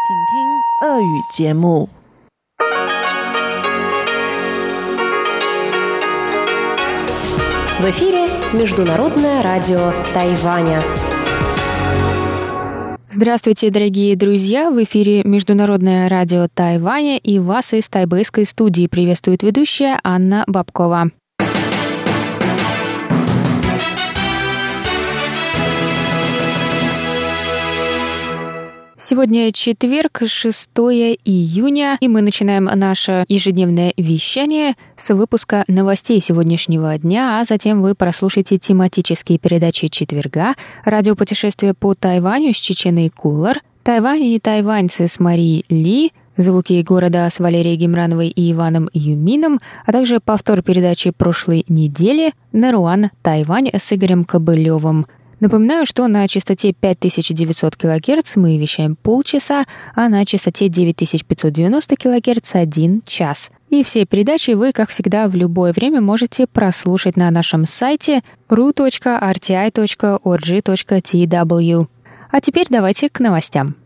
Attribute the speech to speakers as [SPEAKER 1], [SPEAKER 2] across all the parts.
[SPEAKER 1] 请听俄语节目。
[SPEAKER 2] В эфире Международное радио Тайваня.
[SPEAKER 3] Здравствуйте, дорогие друзья! В эфире Международное радио Тайваня, и вас из тайбэйской студии приветствует ведущая Анна Бабкова. Сегодня четверг, 6 июня, и мы начинаем наше ежедневное вещание с выпуска новостей сегодняшнего дня, а затем вы прослушаете тематические передачи четверга, радиопутешествие по Тайваню с Чеченой Кулар, Тайвань и тайваньцы с Марией Ли, звуки города с Валерией Гемрановой и Иваном Юмином, а также повтор передачи прошлой недели «Наруан, Тайвань» с Игорем Кобылевым. Напоминаю, что на частоте 5900 кГц мы вещаем полчаса, а на частоте 9590 кГц 1 час. И все передачи вы, как всегда, в любое время можете прослушать на нашем сайте ru.rti.org.tw. А теперь давайте к новостям.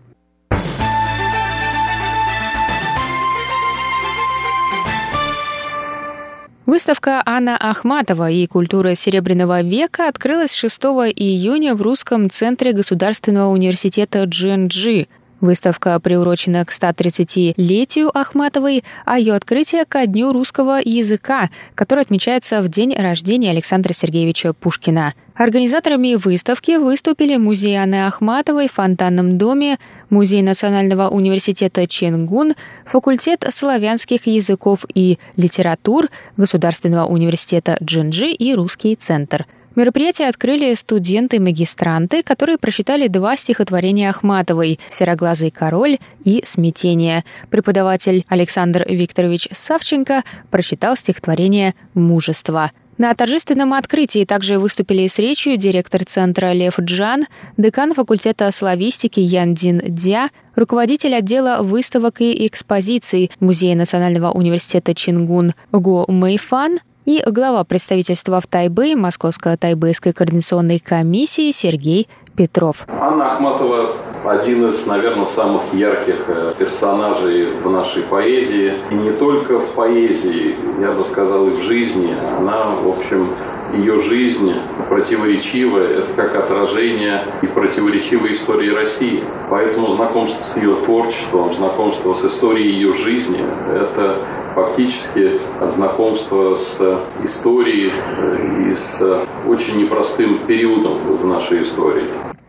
[SPEAKER 3] Выставка Анна Ахматова и культура Серебряного века открылась 6 июня в Русском центре Государственного университета Чжэньчжи. Выставка приурочена к 130-летию Ахматовой, а ее открытие ко Дню русского языка, который отмечается в день рождения Александра Сергеевича Пушкина. Организаторами выставки выступили Музей Анны Ахматовой в Фонтанном доме, Музей Национального университета Ченгун, Факультет славянских языков и литератур Государственного университета Чжэньчжи и Русский центр. Мероприятие открыли студенты-магистранты, которые прочитали 2 стихотворения Ахматовой «Сероглазый король» и «Смятение». Преподаватель Александр Викторович Савченко прочитал стихотворение «Мужество». На торжественном открытии также выступили с речью директор центра Лев Джан, декан факультета славистики Ян Дин Дя, руководитель отдела выставок и экспозиций Музея Национального университета Ченгун Го Мэйфан и глава представительства в Тайбэе Московско-Тайбэйской координационной комиссии Сергей Петров.
[SPEAKER 4] Анна Ахматова – один из, наверное, самых ярких персонажей в нашей поэзии. И не только в поэзии, я бы сказал, и в жизни. Она, в общем, ее жизнь противоречивая, это как отражение и противоречивой истории России. Поэтому знакомство с ее творчеством, знакомство с историей ее жизни – это фактически знакомство с историей и с очень непростым периодом в нашей истории.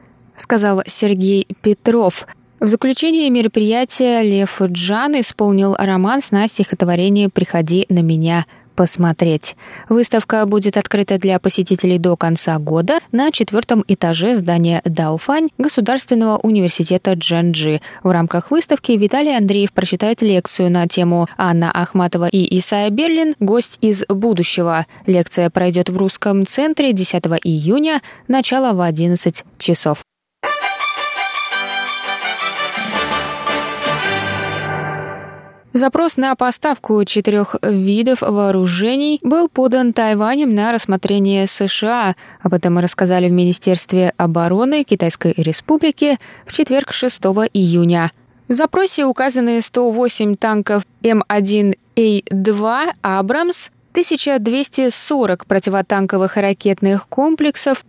[SPEAKER 3] Сказал Сергей Петров. В заключение мероприятия Лев Джан исполнил романс на стихотворение «Приходи на меня посмотреть». Выставка будет открыта для посетителей до конца года на 4-м этаже здания Даофань Государственного университета Чжэньчжи. В рамках выставки Виталий Андреев прочитает лекцию на тему «Анна Ахматова и Исайя Берлин. Гость из будущего». Лекция пройдет в Русском центре 10 июня, начало в 11 часов. Запрос на поставку 4 видов вооружений был подан Тайванем на рассмотрение США. Об этом мы рассказали в Министерстве обороны Китайской Республики в четверг, 6 июня. В запросе указаны 108 танков М1А2 «Абрамс», 1240 противотанковых ракетных комплексов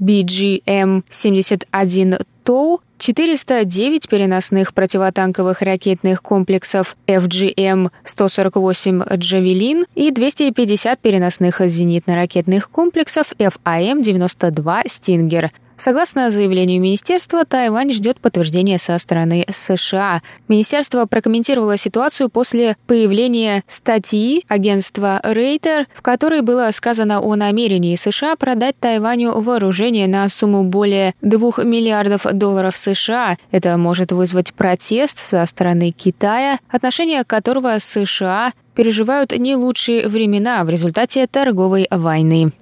[SPEAKER 3] BGM-71 «Тоу», 409 переносных противотанковых ракетных комплексов FGM-148 «Джавелин» и 250 переносных зенитно-ракетных комплексов FAM-92 «Стингер». Согласно заявлению министерства, Тайвань ждет подтверждения со стороны США. Министерство прокомментировало ситуацию после появления статьи агентства Рейтер, в которой было сказано о намерении США продать Тайваню вооружение на сумму более $2 миллиардов США. Это может вызвать протест со стороны Китая, отношения которого США переживают не лучшие времена в результате торговой войны.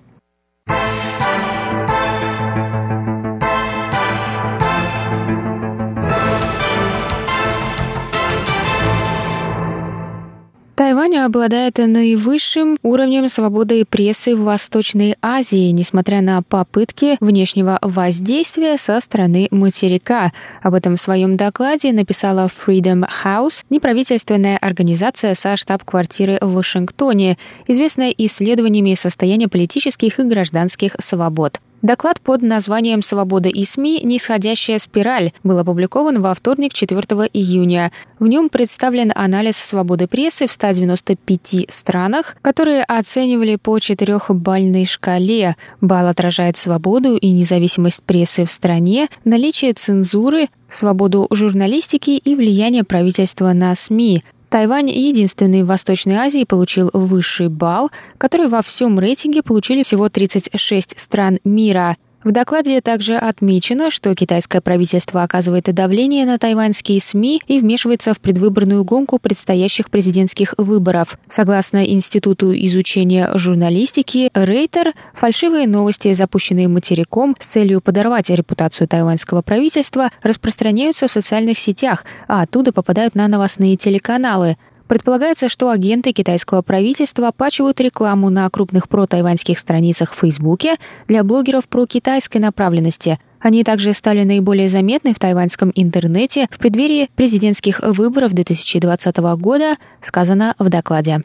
[SPEAKER 3] Тайвань Тайвань обладает наивысшим уровнем свободы прессы в Восточной Азии, несмотря на попытки внешнего воздействия со стороны материка. Об этом в своем докладе написала Freedom House, неправительственная организация со штаб-квартиры в Вашингтоне, известная исследованиями состояния политических и гражданских свобод. Доклад под названием «Свобода и СМИ. Нисходящая спираль» был опубликован во вторник, 4 июня. В нем представлен анализ свободы прессы в 195 странах, которые оценивали по 4-бальной шкале. Балл отражает свободу и независимость прессы в стране, наличие цензуры, свободу журналистики и влияние правительства на СМИ. Тайвань, единственный в Восточной Азии, получил высший балл, который во всем рейтинге получили всего 36 стран мира. В докладе также отмечено, что китайское правительство оказывает давление на тайваньские СМИ и вмешивается в предвыборную гонку предстоящих президентских выборов. Согласно Институту изучения журналистики Рейтер, фальшивые новости, запущенные материком с целью подорвать репутацию тайваньского правительства, распространяются в социальных сетях, а оттуда попадают на новостные телеканалы. Предполагается, что агенты китайского правительства оплачивают рекламу на крупных протайваньских страницах в Фейсбуке для блогеров прокитайской направленности. Они также стали наиболее заметны в тайваньском интернете в преддверии президентских выборов 2020 года, сказано в докладе.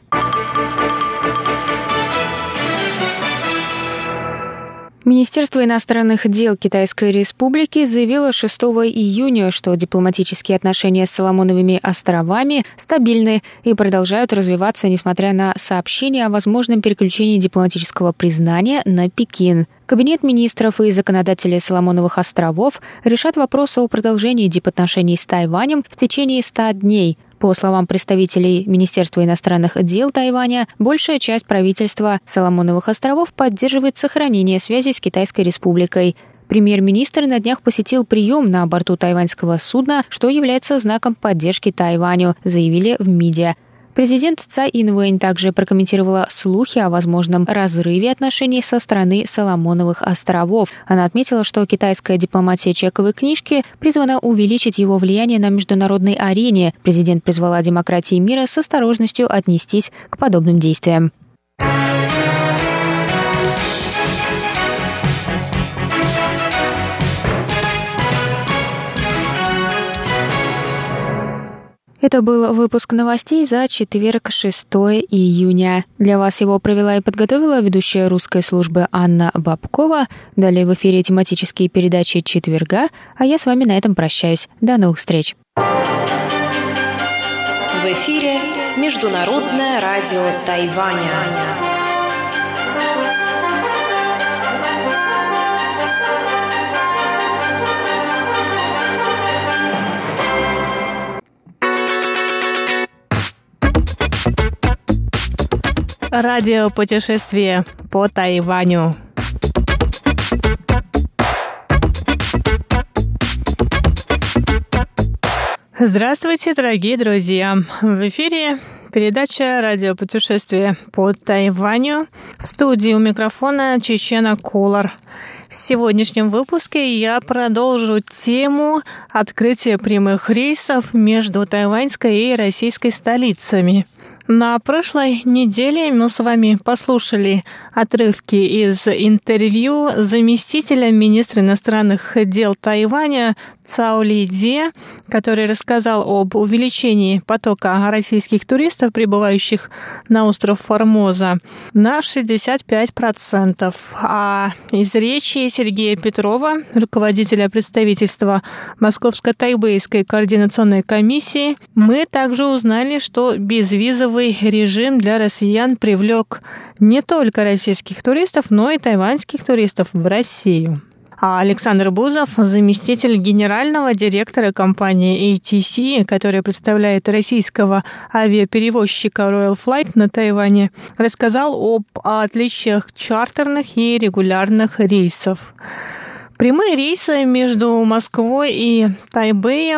[SPEAKER 3] Министерство иностранных дел Китайской Республики заявило 6 июня, что дипломатические отношения с Соломоновыми островами стабильны и продолжают развиваться, несмотря на сообщения о возможном переключении дипломатического признания на Пекин. Кабинет министров и законодатели Соломоновых островов решат вопрос о продолжении дипотношений с Тайванем в течение 100 дней. По словам представителей Министерства иностранных дел Тайваня, большая часть правительства Соломоновых островов поддерживает сохранение связи с Китайской Республикой. Премьер-министр на днях посетил прием на борту тайваньского судна, что является знаком поддержки Тайваню, заявили в МИДе. Президент Цай Инвэнь также прокомментировала слухи о возможном разрыве отношений со стороны Соломоновых островов. Она отметила, что китайская дипломатия чековой книжки призвана увеличить его влияние на международной арене. Президент призвала демократии мира с осторожностью отнестись к подобным действиям. Это был выпуск новостей за четверг, 6 июня. Для вас его провела и подготовила ведущая русской службы Анна Бабкова. Далее в эфире тематические передачи четверга, а я с вами на этом прощаюсь. До новых встреч.
[SPEAKER 2] В эфире Международное радио Тайваня.
[SPEAKER 5] Радиопутешествие по Тайваню. Здравствуйте, дорогие друзья! В эфире передача «Радиопутешествие по Тайваню». В студии у микрофона Чечена Кулар. В сегодняшнем выпуске я продолжу тему открытия прямых рейсов между тайваньской и российской столицами. На прошлой неделе мы с вами послушали отрывки из интервью заместителя министра иностранных дел Тайваня Цао Лидзе, который рассказал об увеличении потока российских туристов, прибывающих на остров Формоза, на 65%. А из речи Сергея Петрова, руководителя представительства Московско-Тайбэйской координационной комиссии, мы также узнали, что безвизовый режим для россиян привлек не только российских туристов, но и тайваньских туристов в Россию. А Александр Бузов, заместитель генерального директора компании ATC, которая представляет российского авиаперевозчика Royal Flight на Тайване, рассказал об отличиях чартерных и регулярных рейсов. Прямые рейсы между Москвой и Тайбэем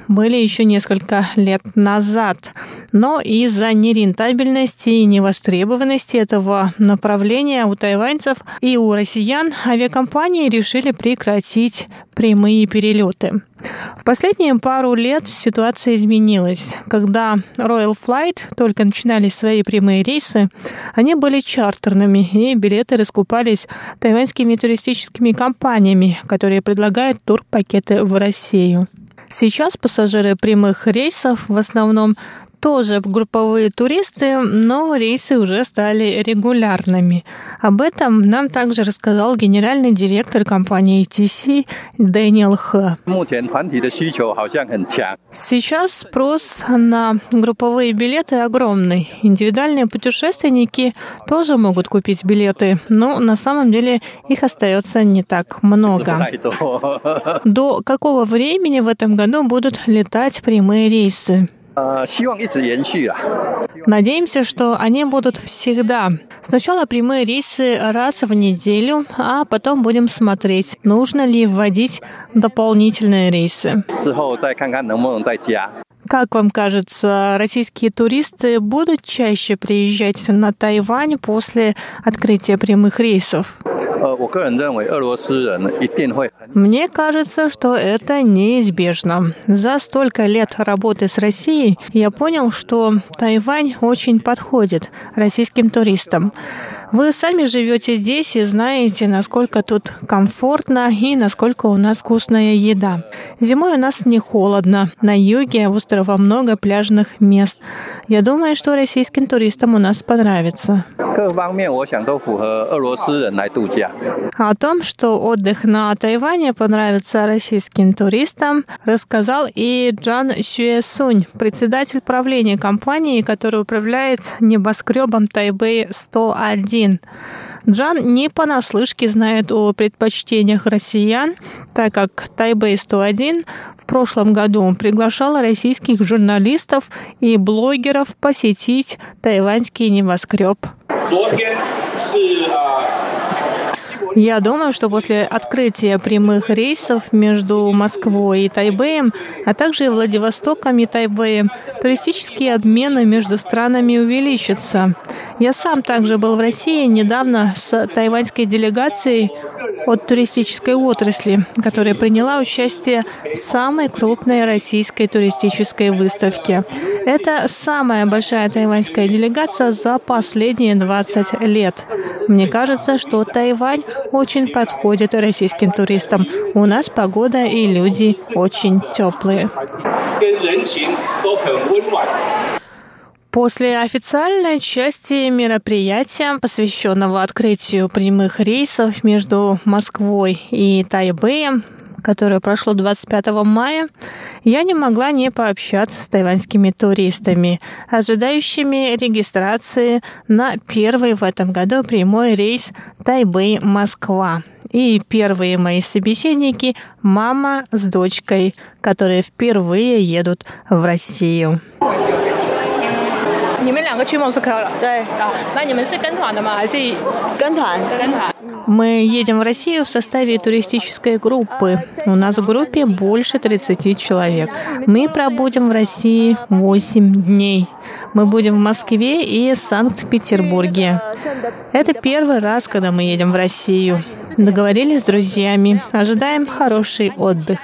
[SPEAKER 5] были еще несколько лет назад. Но из-за нерентабельности и невостребованности этого направления у тайваньцев и у россиян авиакомпании решили прекратить прямые перелеты. В последние пару лет ситуация изменилась. Когда Royal Flight только начинали свои прямые рейсы, они были чартерными, и билеты раскупались тайваньскими туристическими компаниями, которые предлагают турпакеты в Россию. Сейчас пассажиры прямых рейсов в основном тоже групповые туристы, но рейсы уже стали регулярными. Об этом нам также рассказал генеральный директор компании ATC Дэниел Хэ. Сейчас спрос на групповые билеты огромный. Индивидуальные путешественники тоже могут купить билеты, но на самом деле их остается не так много. До какого времени в этом году будут летать прямые рейсы? Надеемся, что они будут всегда. Сначала прямые рейсы раз в неделю, а потом будем смотреть, нужно ли вводить дополнительные рейсы. Как вам кажется, российские туристы будут чаще приезжать на Тайвань после открытия прямых рейсов? Мне кажется, что это неизбежно. За столько лет работы с Россией я понял, что Тайвань очень подходит российским туристам. Вы сами живете здесь и знаете, насколько тут комфортно и насколько у нас вкусная еда. Зимой у нас не холодно. На юге острова много пляжных мест. Я думаю, что российским туристам у нас понравится. О том, что отдых на Тайване понравится российским туристам, рассказал и Джан Сюэсунь, председатель правления компании, которая управляет небоскребом Тайбэй-101. Джан не понаслышке знает о предпочтениях россиян, так как Тайбэй-101 в прошлом году приглашала российских журналистов и блогеров посетить тайваньский небоскреб. Я думаю, что после открытия прямых рейсов между Москвой и Тайбэем, а также и Владивостоком и Тайбэем, туристические обмены между странами увеличатся. Я сам также был в России недавно с тайваньской делегацией от туристической отрасли, которая приняла участие в самой крупной российской туристической выставке. Это самая большая тайваньская делегация за последние 20 лет. Мне кажется, что Тайвань очень подходит российским туристам. У нас погода и люди очень теплые. После официальной части мероприятия, посвященного открытию прямых рейсов между Москвой и Тайбэем, которое прошло 25 мая, я не могла не пообщаться с тайваньскими туристами, ожидающими регистрации на первый в этом году прямой рейс Тайбэй-Москва. И первые мои собеседники – мама с дочкой, которые впервые едут в Россию. Мы едем в Россию в составе туристической группы. У нас в группе больше 30 человек. Мы пробудем в России 8 дней. Мы будем в Москве и Санкт-Петербурге. Это первый раз, когда мы едем в Россию. Договорились с друзьями. Ожидаем хороший отдых.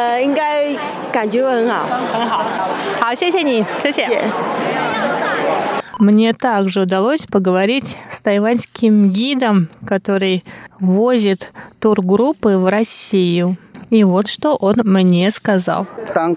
[SPEAKER 5] Мне также удалось поговорить с тайваньским гидом, который возит тургруппы в Россию. И вот что он мне сказал.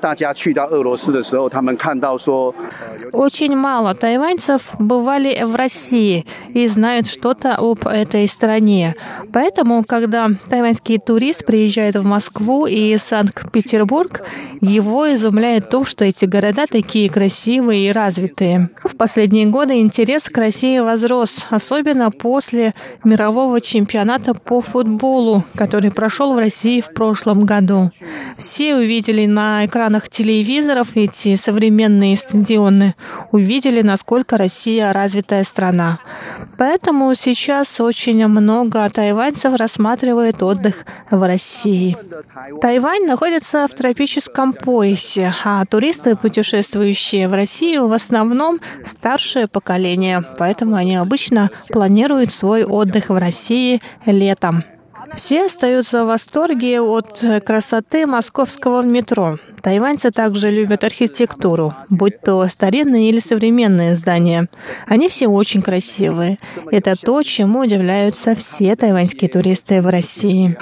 [SPEAKER 5] Очень мало тайваньцев бывали в России и знают что-то об этой стране. Поэтому, когда тайваньский турист приезжает в Москву и Санкт-Петербург, его изумляет то, что эти города такие красивые и развитые. В последние годы интерес к России возрос, особенно после мирового чемпионата по футболу, который прошел в России в прошлом году. Все увидели на экранах телевизоров эти современные стадионы, увидели, насколько Россия развитая страна. Поэтому сейчас очень много тайваньцев рассматривают отдых в России. Тайвань находится в тропическом поясе, а туристы, путешествующие в Россию, в основном старшее поколение, поэтому они обычно планируют свой отдых в России летом. Все остаются в восторге от красоты московского метро. Тайваньцы также любят архитектуру, будь то старинные или современные здания. Они все очень красивые. Это то, чему удивляются все тайваньские туристы в России.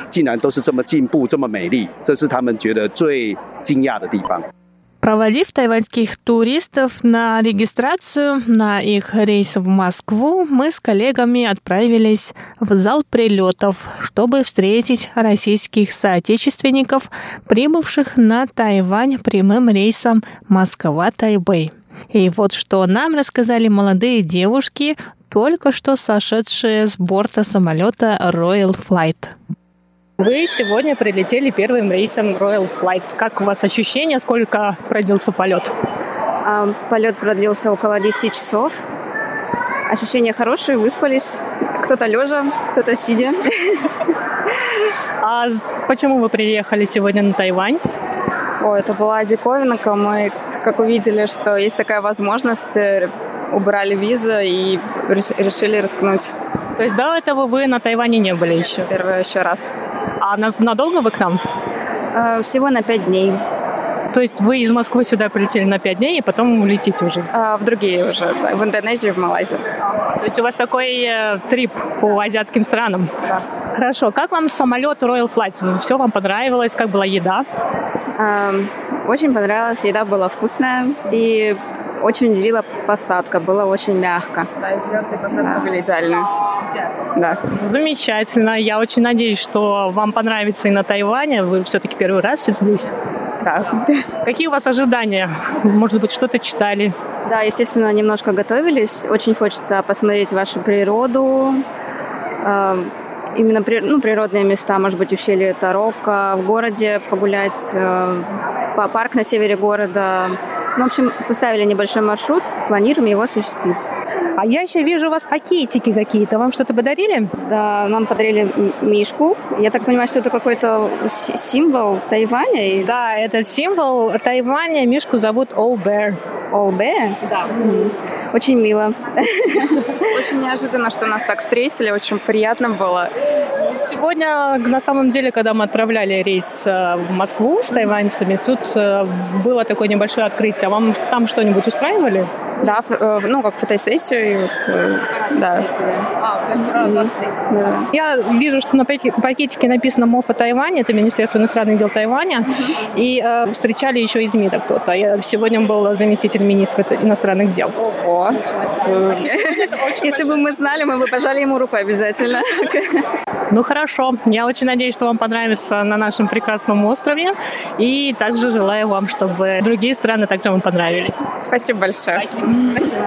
[SPEAKER 5] Проводив тайваньских туристов на регистрацию на их рейс в Москву, мы с коллегами отправились в зал прилетов, чтобы встретить российских соотечественников, прибывших на Тайвань прямым рейсом Москва-Тайбэй. И вот что нам рассказали молодые девушки, только что сошедшие с борта самолета Royal Flight. Вы сегодня прилетели первым рейсом Royal Flights. Как у вас ощущения? Сколько продлился полет?
[SPEAKER 6] Полет продлился около 10 часов. Ощущения хорошие, выспались. Кто-то лежа, кто-то сидя.
[SPEAKER 5] А почему вы приехали сегодня на Тайвань?
[SPEAKER 6] Это была диковинка. Мы, как увидели, что есть такая возможность, убрали визы и решили рискнуть.
[SPEAKER 5] То есть до этого вы на Тайване не были еще?
[SPEAKER 6] Первый еще раз.
[SPEAKER 5] А надолго вы к нам?
[SPEAKER 6] Всего на 5 дней.
[SPEAKER 5] То есть вы из Москвы сюда прилетели на 5 дней, и потом улетите уже?
[SPEAKER 6] В другие уже, да, в Индонезию, в Малайзию.
[SPEAKER 5] То есть у вас такой трип по азиатским странам?
[SPEAKER 6] Да.
[SPEAKER 5] Хорошо. Как вам самолет Royal Flights? Все вам понравилось? Как была еда?
[SPEAKER 6] Очень понравилась. Еда была вкусная. И очень удивила посадка. Было очень мягко.
[SPEAKER 1] Да, и взлет и посадка были идеальные.
[SPEAKER 6] Да.
[SPEAKER 5] Замечательно. Я очень надеюсь, что вам понравится и на Тайване. Вы все-таки первый раз здесь.
[SPEAKER 6] Да.
[SPEAKER 5] Какие у вас ожидания? Может быть, что-то читали?
[SPEAKER 6] Да, естественно, немножко готовились. Очень хочется посмотреть вашу природу. Именно природные места, может быть, ущелье Тарока, в городе погулять, парк на севере города. В общем, составили небольшой маршрут, планируем его осуществить.
[SPEAKER 5] А я еще вижу у вас пакетики какие-то. Вам что-то подарили?
[SPEAKER 6] Да, нам подарили мишку. Я так понимаю, что это какой-то символ Тайваня?
[SPEAKER 5] Да, это символ Тайваня. Мишку зовут Old Bear.
[SPEAKER 6] Old Bear?
[SPEAKER 5] Да.
[SPEAKER 6] Очень мило.
[SPEAKER 1] Очень неожиданно, что нас так встретили. Очень приятно было.
[SPEAKER 5] Сегодня, на самом деле, когда мы отправляли рейс в Москву с тайваньцами, тут было такое небольшое открытие. Вам там что-нибудь устраивали?
[SPEAKER 6] Да, как фотосессию. Да.
[SPEAKER 5] То есть вас встретили. Да. Я вижу, что на пакетике написано МОФа Тайваня, это Министерство иностранных дел Тайваня, и встречали еще из МИДа кто-то. Сегодня был заместитель министра иностранных дел.
[SPEAKER 6] Ого! Если бы мы знали, мы бы пожали ему руку обязательно.
[SPEAKER 5] Ну хорошо. Я очень надеюсь, что вам понравится на нашем прекрасном острове. И также желаю вам, чтобы другие страны также вам понравились.
[SPEAKER 6] Спасибо большое.
[SPEAKER 5] Спасибо.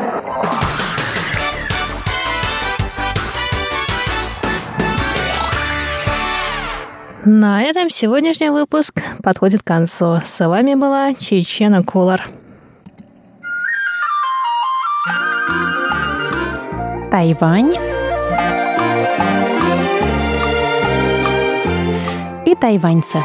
[SPEAKER 5] На этом сегодняшний выпуск подходит к концу. С вами была Чечена Кулар.
[SPEAKER 3] Тайвань и тайваньцы.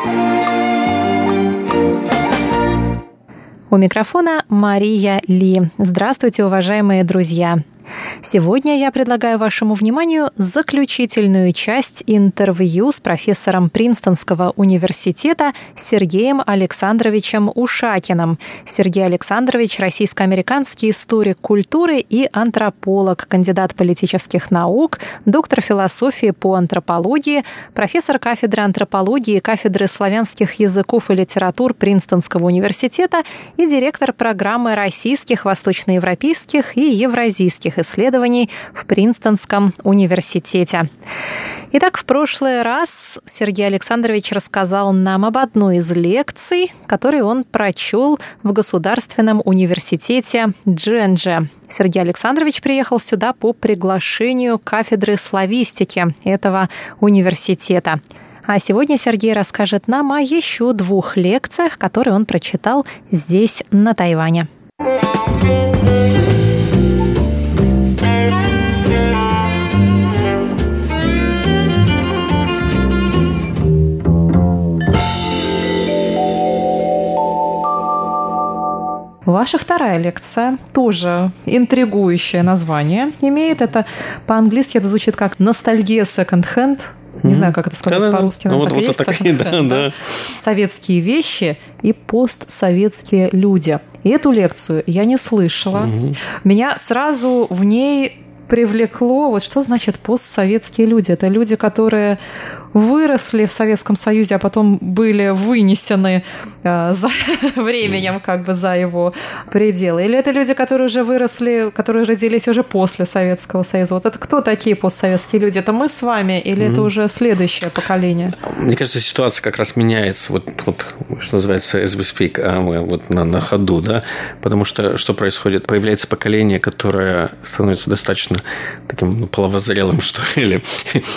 [SPEAKER 3] У микрофона Мария Ли. Здравствуйте, уважаемые друзья! Сегодня я предлагаю вашему вниманию заключительную часть интервью с профессором Принстонского университета Сергеем Александровичем Ушакиным. Сергей Александрович – российско-американский историк культуры и антрополог, кандидат политических наук, доктор философии по антропологии, профессор кафедры антропологии и кафедры славянских языков и литератур Принстонского университета и директор программы российских, восточноевропейских и евразийских исследований в Принстонском университете. Итак, в прошлый раз Сергей Александрович рассказал нам об одной из лекций, которую он прочел в Государственном университете Джэнджи. Сергей Александрович приехал сюда по приглашению кафедры славистики этого университета.
[SPEAKER 7] А сегодня Сергей расскажет нам о еще 2 лекциях, которые он прочитал здесь, на Тайване. Ваша вторая лекция тоже интригующее название имеет. Это по-английски это звучит как «Ностальгия секонд-хенд». Не знаю, как это сказать по-русски.
[SPEAKER 8] Ну, вот такие, да.
[SPEAKER 7] Советские вещи и постсоветские люди. И эту лекцию я не слышала. Меня сразу в ней привлекло, вот что значит постсоветские люди. Это люди, которые выросли в Советском Союзе, а потом были вынесены за временем, как бы за его пределы. Или это люди, которые уже выросли, которые родились уже после Советского Союза. Вот это кто такие постсоветские люди? Это мы с вами или это уже следующее поколение?
[SPEAKER 8] Мне кажется, ситуация как раз меняется. Вот что называется as we speak, вот на ходу, да, потому что что происходит? Появляется поколение, которое становится достаточно таким половозрелым, что ли,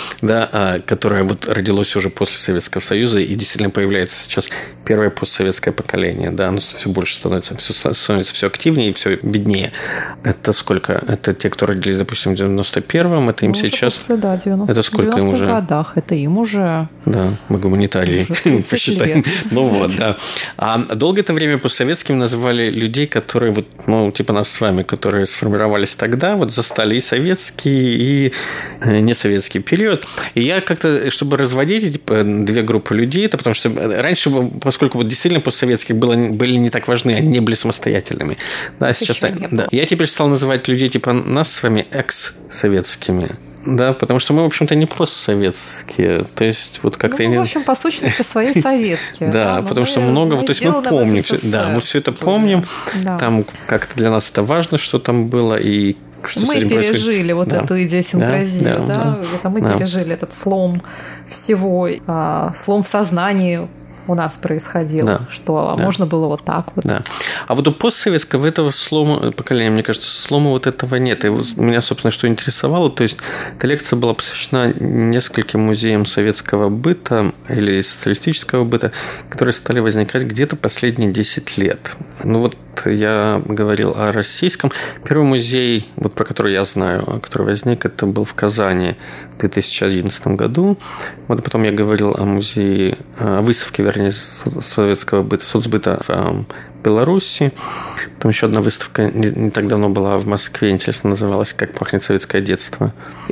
[SPEAKER 8] да, которое вот родилось уже после Советского Союза, и действительно появляется сейчас первое постсоветское поколение, да, оно все больше становится все активнее и все виднее. Это сколько? Это те, кто родились, допустим, в 91-м, это им сейчас...
[SPEAKER 7] После, да, 90,
[SPEAKER 8] это сколько им уже? В
[SPEAKER 7] 90-х годах, это им уже...
[SPEAKER 8] Да, мы гуманитарии посчитаем. Ну вот, да. А долгое это время постсоветскими называли людей, которые вот, ну, типа нас с вами, которые сформировались тогда, вот застали и советский, и несоветский период. И я как-то, чтобы разводить эти 2 группы людей, это потому что раньше, поскольку вот действительно постсоветские были не так важны, они не были самостоятельными. Да, сейчас так. Да. Я теперь стал называть людей типа нас с вами экс-советскими. Да, потому что мы, в общем-то, не постсоветские. То есть, вот как-то...
[SPEAKER 7] в общем, по сущности, свои советские.
[SPEAKER 8] Да, потому что много... То есть, мы помним. Да, мы все это помним. Там как-то для нас это важно, что там было, и что
[SPEAKER 7] мы пережили вот эту идиосинкразию, да? Это мы пережили этот слом всего, слом в сознании у нас происходило, что можно было вот так вот.
[SPEAKER 8] Да. А вот у постсоветского этого слома поколения, мне кажется, слома вот этого нет. И меня, собственно, что интересовало, то есть эта лекция была посвящена нескольким музеям советского быта или социалистического быта, которые стали возникать где-то последние 10 лет. Ну вот я говорил о российском. Первый музей, вот про который я знаю, который возник, это был в Казани в 2011 году. Вот, потом я говорил о музее, о выставке, вернее, советского быта, соцбыта в Беларуси. Потом еще одна выставка не так давно была в Москве, интересно называлась «Как пахнет советское детство».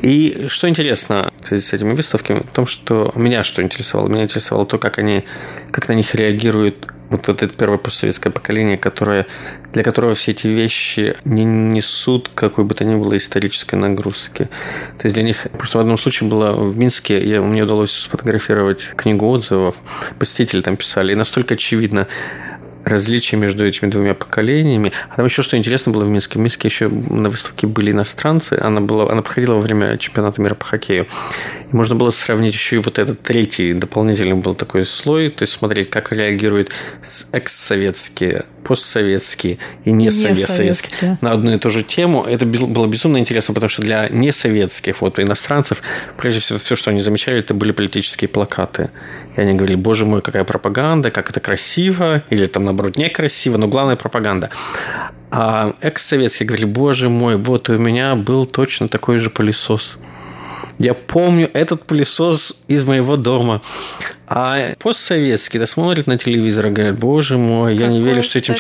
[SPEAKER 8] И что интересно в связи с этими выставками, в том, что меня что интересовало? Меня интересовало то, как на них реагируют вот это первое постсоветское поколение, для которого все эти вещи не несут какой бы то ни было исторической нагрузки. То есть для них... Просто в одном случае было в Минске, мне удалось сфотографировать книгу отзывов, посетители там писали, и настолько очевидно различия между этими 2 поколениями. А там еще что интересно было в Минске. В Минске еще на выставке были иностранцы. Она проходила во время чемпионата мира по хоккею. И можно было сравнить еще и вот этот 3-й дополнительный был такой слой, то есть смотреть, как реагируют экс-советские, постсоветские и несоветские на одну и ту же тему. Это было безумно интересно, потому что для несоветских иностранцев, прежде всего, все, что они замечали, это были политические плакаты. И они говорили: боже мой, какая пропаганда, как это красиво, или там, наоборот, некрасиво, но главное – пропаганда. А экс-советские говорили: боже мой, вот у меня был точно такой же пылесос. Я помню этот пылесос из моего дома. А постсоветские смотрят на телевизор и говорят: боже мой, я не верю, что этим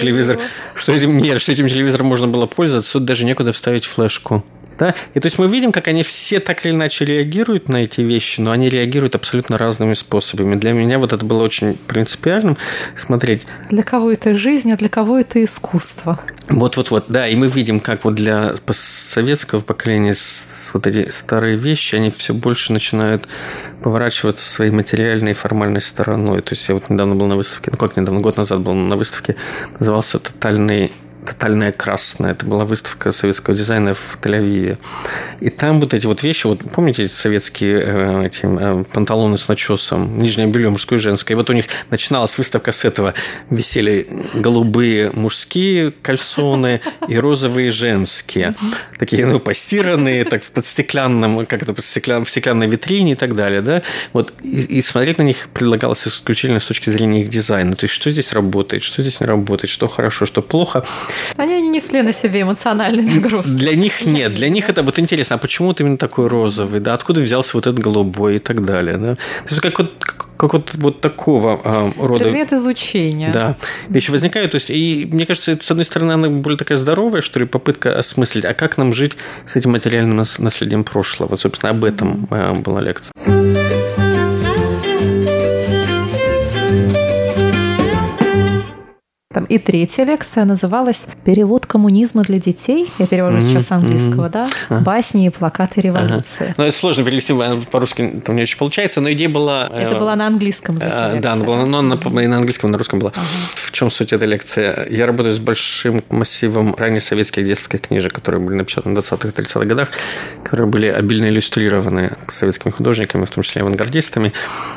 [SPEAKER 8] телевизором можно было пользоваться, тут даже некуда вставить флешку. Да? И то есть мы видим, как они все так или иначе реагируют на эти вещи, но они реагируют абсолютно разными способами. Для меня вот это было очень принципиальным смотреть.
[SPEAKER 7] Для кого это жизнь, а для кого это искусство.
[SPEAKER 8] Вот, да, и мы видим, как вот для постсоветского поколения вот эти старые вещи, они все больше начинают поворачиваться своей материальной и формальной стороной. То есть я вот недавно был на выставке, год назад был на выставке, назывался «Тотальный тотальная красная. Это была выставка советского дизайна в Тель-Авиве. И там вот эти вот вещи, вот помните эти советские панталоны с начесом, нижнее белье мужское и женское. И вот у них начиналась выставка с этого. Висели голубые мужские кальсоны и розовые женские. Такие, постиранные, так под стеклянным, как это в стеклянной витрине и так далее, да. Вот и смотреть на них предлагалось исключительно с точки зрения их дизайна. То есть, что здесь работает, что здесь не работает, что хорошо, что плохо.
[SPEAKER 7] Они не несли на себе эмоциональный нагруз.
[SPEAKER 8] Для них нет. Для них это вот интересно, а почему вот именно такой розовый, да, откуда взялся вот этот голубой и так далее, да. То есть, как вот такого рода...
[SPEAKER 7] Предмет изучения.
[SPEAKER 8] Да. Вещи возникают. То есть, и мне кажется, с одной стороны, она более такая здоровая, что ли, попытка осмыслить, а как нам жить с этим материальным наследием прошлого. Вот, собственно, об этом была лекция.
[SPEAKER 7] И третья лекция называлась «Перевод коммунизма для детей». Я перевожу сейчас с английского, да? «Басни и плакаты революции».
[SPEAKER 8] Ну, это сложно перевести по-русски, там не очень получается, но идея была...
[SPEAKER 7] Это была на английском языке.
[SPEAKER 8] Да, она была и на английском, и на русском была. В чем суть этой лекции? Я работаю с большим массивом раннесоветских детских книжек, которые были напечатаны в 20-30-х годах, которые были обильно иллюстрированы советскими художниками, в том числе авангардистами.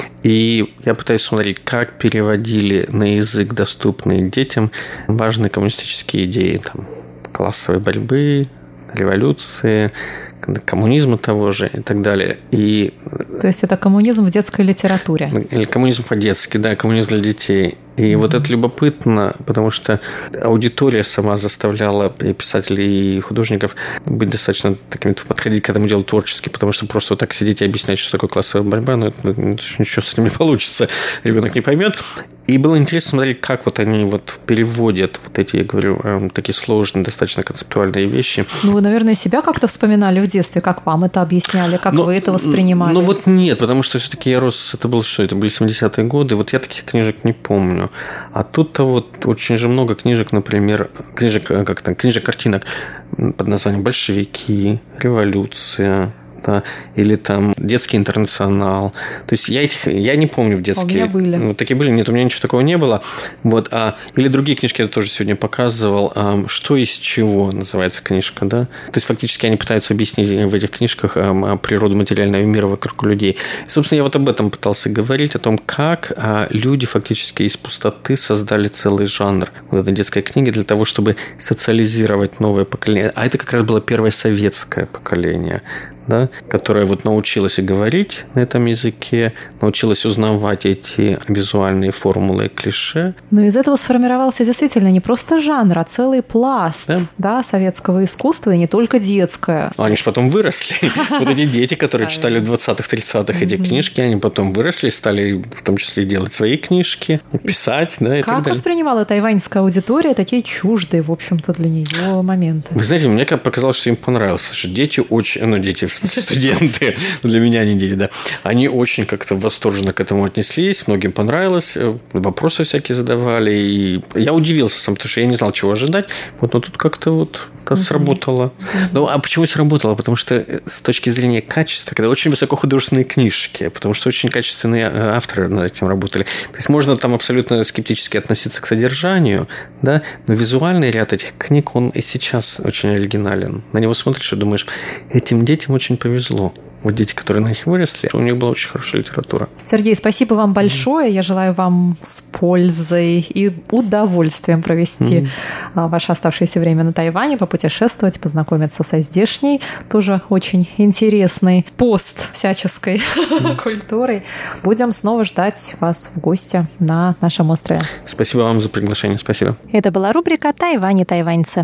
[SPEAKER 8] И я пытаюсь смотреть, как переводили на язык, доступный детям, важные коммунистические идеи, там, классовой борьбы, революции, коммунизма того же и так далее. И...
[SPEAKER 7] То есть это коммунизм в детской литературе?
[SPEAKER 8] Или коммунизм по-детски, да, коммунизм для детей. И вот это любопытно, потому что аудитория сама заставляла и писателей, и художников быть достаточно такими, подходить к этому делу творчески, потому что просто вот так сидеть и объяснять, что такое классовая борьба, ничего с этим не получится, ребенок не поймет. И было интересно смотреть, как вот они вот переводят вот эти, я говорю, такие сложные, достаточно концептуальные вещи.
[SPEAKER 7] Ну, вы, наверное, себя как-то вспоминали в детстве, как вам это объясняли, как вы это воспринимали?
[SPEAKER 8] Ну, вот нет, потому что все-таки я рос, это было что, это были 70-е годы, вот я таких книжек не помню. А тут-то вот очень же много книжек, например, книжек-картинок под названием «Большевики», «Революция», да, или там «Детский интернационал». То есть я не помню в детские.
[SPEAKER 7] У меня были.
[SPEAKER 8] Вот такие были. Нет, у меня ничего такого не было. Вот, или другие книжки я тоже сегодня показывал. «Что из чего» называется книжка, да. То есть фактически они пытаются объяснить в этих книжках природу материального мира вокруг людей. И, собственно, я вот об этом пытался говорить, о том, как люди фактически из пустоты создали целый жанр вот этой детской книги для того, чтобы социализировать новое поколение. А это как раз было первое советское поколение, да, которая вот научилась и говорить на этом языке, научилась узнавать эти визуальные формулы и клише.
[SPEAKER 7] Но из этого сформировался действительно не просто жанр, а целый пласт, да, советского искусства, и не только детское.
[SPEAKER 8] Они же потом выросли. Вот эти дети, которые читали в 20-х, 30-х эти книжки, они потом выросли, стали в том числе делать свои книжки, писать, да, и так далее.
[SPEAKER 7] Как воспринимала тайваньская аудитория такие чуждые, в общем-то, для нее моменты?
[SPEAKER 8] Вы знаете, мне показалось, что им понравилось, потому что дети очень, дети, в смысле, студенты, для меня они дети, да, они очень как-то восторженно к этому отнеслись, многим понравилось, вопросы всякие задавали, и я удивился сам, потому что я не знал, чего ожидать, вот, но тут как-то вот это сработало. Ну, а почему сработало? Потому что с точки зрения качества, когда очень высокохудожественные книжки, потому что очень качественные авторы над этим работали, то есть можно там абсолютно скептически относиться к содержанию, да, но визуальный ряд этих книг, он и сейчас очень оригинален. На него смотришь и думаешь, этим детям очень повезло. Вот дети, которые на них выросли, у них была очень хорошая литература.
[SPEAKER 7] Сергей, спасибо вам большое. Я желаю вам с пользой и удовольствием провести ваше оставшееся время на Тайване, попутешествовать, познакомиться со здешней, тоже очень интересной пост-всяческой культурой. Будем снова ждать вас в гости на нашем острове.
[SPEAKER 8] Спасибо вам за приглашение. Спасибо.
[SPEAKER 7] Это была рубрика «Тайвань и тайваньцы».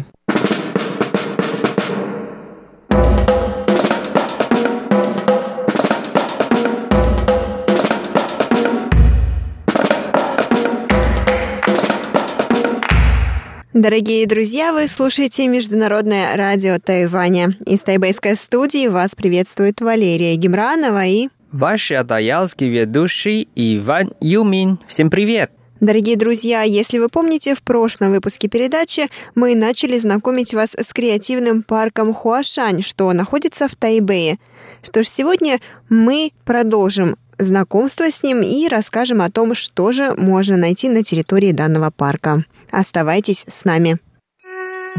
[SPEAKER 9] Дорогие друзья, вы слушаете Международное радио Тайваня. Из тайбэйской студии вас приветствует Валерия Гемранова и...
[SPEAKER 10] Ваш адаялский ведущий Иван Юмин. Всем привет!
[SPEAKER 9] Дорогие друзья, если вы помните, в прошлом выпуске передачи мы начали знакомить вас с креативным парком Хуашань, что находится в Тайбэе. Что ж, сегодня мы продолжим знакомство с ним и расскажем о том, что же можно найти на территории данного парка. Оставайтесь с нами.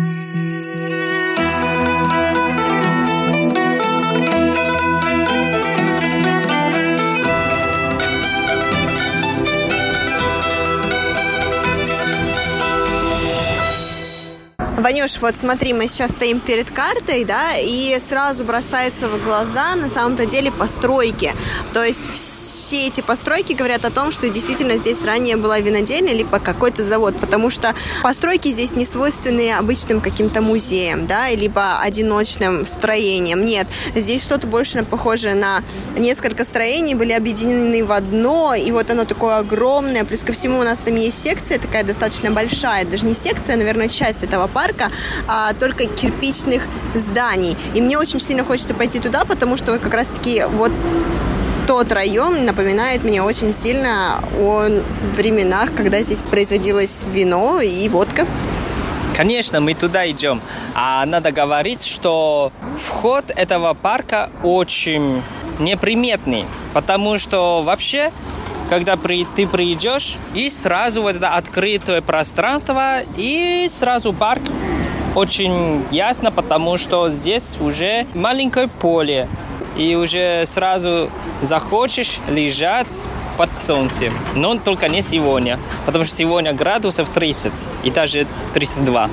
[SPEAKER 9] Ванюш, вот смотри, мы сейчас стоим перед картой, да, и сразу бросается в глаза на самом-то деле постройки. То есть все эти постройки говорят о том, что действительно здесь ранее была винодельня либо какой-то завод, потому что постройки здесь не свойственны обычным каким-то музеям, да, либо одиночным строениям. Нет, здесь что-то больше похожее на несколько строений, были объединены в одно, и вот оно такое огромное. Плюс ко всему у нас там есть секция такая достаточно большая, даже не секция, наверное, часть этого парка, а только кирпичных зданий. И мне очень сильно хочется пойти туда, потому что как раз-таки вот тот район напоминает мне очень сильно о временах, когда здесь производилось вино и водка.
[SPEAKER 10] Конечно, мы туда идем. А надо говорить, что вход этого парка очень неприметный, потому что вообще, когда ты придешь, и сразу вот это открытое пространство, и сразу парк очень ясно, потому что здесь уже маленькое поле, и уже сразу захочешь лежать под солнцем. Но только не сегодня, потому что сегодня градусов 30 и даже 32.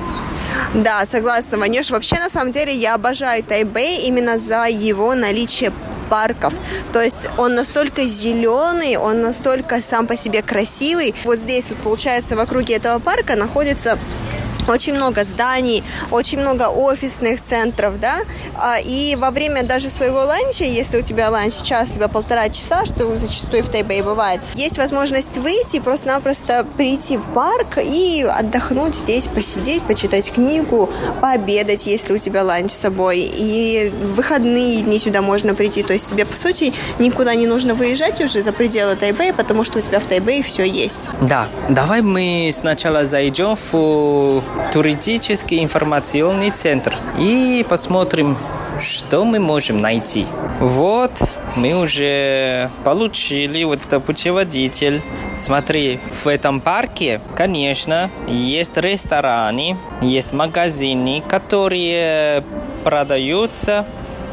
[SPEAKER 9] Да, согласна, Ванюш. Вообще, на самом деле, я обожаю Тайбэй именно за его наличие парков. То есть он настолько зеленый, он настолько сам по себе красивый. Вот здесь вот, получается, в округе этого парка находится очень много зданий, очень много офисных центров, да, и во время даже своего ланча, если у тебя ланч час либо 1,5 часа, что зачастую в Тайбэе бывает, есть возможность выйти, просто-напросто прийти в парк и отдохнуть здесь, посидеть, почитать книгу, пообедать, если у тебя ланч с собой, и в выходные дни сюда можно прийти, то есть тебе, по сути, никуда не нужно выезжать уже за пределы Тайбэя, потому что у тебя в Тайбэе все есть.
[SPEAKER 10] Да, давай мы сначала зайдем в туристический информационный центр и посмотрим, что мы можем найти. Вот, мы уже получили вот этот путеводитель. Смотри, в этом парке, конечно, есть рестораны, есть магазины, которые продаются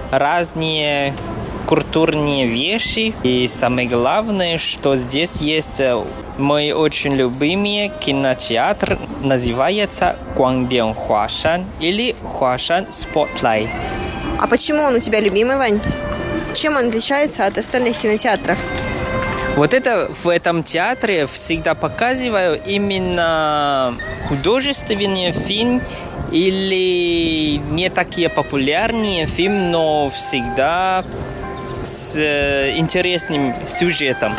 [SPEAKER 10] разные культурные вещи. И самое главное, что здесь есть мой очень любимый кинотеатр, называется Guangdian Huashan или Huashan Spotlight.
[SPEAKER 9] А почему он у тебя любимый, Вань? Чем он отличается от остальных кинотеатров?
[SPEAKER 10] Вот это в этом театре всегда показываю именно художественный фильм или не такие популярные фильмы, но всегда с интересным сюжетом.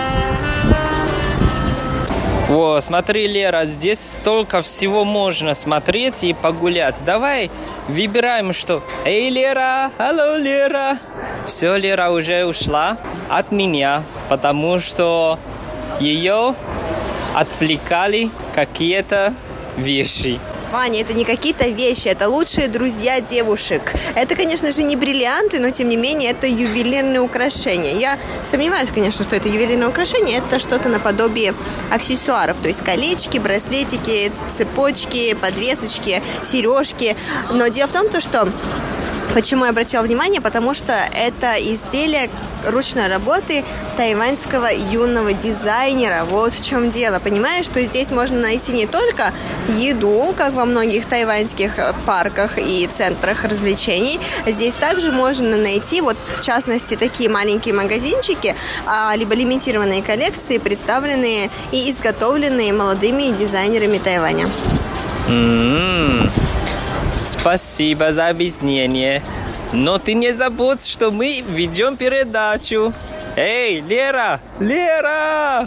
[SPEAKER 10] О, смотри, Лера, здесь столько всего можно смотреть и погулять. Давай выбираем, что... Эй, Лера! Алло, Лера! Все, Лера уже ушла от меня, потому что ее отвлекали какие-то вещи.
[SPEAKER 9] Ваня, это не какие-то вещи, это лучшие друзья девушек. Это, конечно же, не бриллианты, но, тем не менее, это ювелирные украшения. Я сомневаюсь, конечно, что это ювелирные украшения. Это что-то наподобие аксессуаров, то есть колечки, браслетики, цепочки, подвесочки, сережки. Но дело в том, что... Почему я обратила внимание? Потому что это изделие ручной работы тайваньского юного дизайнера. Вот в чем дело. Понимаешь, что здесь можно найти не только еду, как во многих тайваньских парках и центрах развлечений. Здесь также можно найти, вот в частности, такие маленькие магазинчики, либо лимитированные коллекции, представленные и изготовленные молодыми дизайнерами Тайваня.
[SPEAKER 10] Спасибо за объяснение. Но ты не забудь, что мы ведем передачу. Эй, Лера! Лера!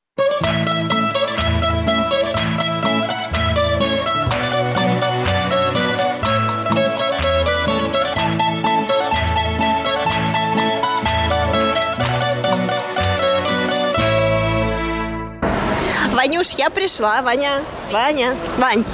[SPEAKER 9] Ванюш, я пришла. Ваня. Вань.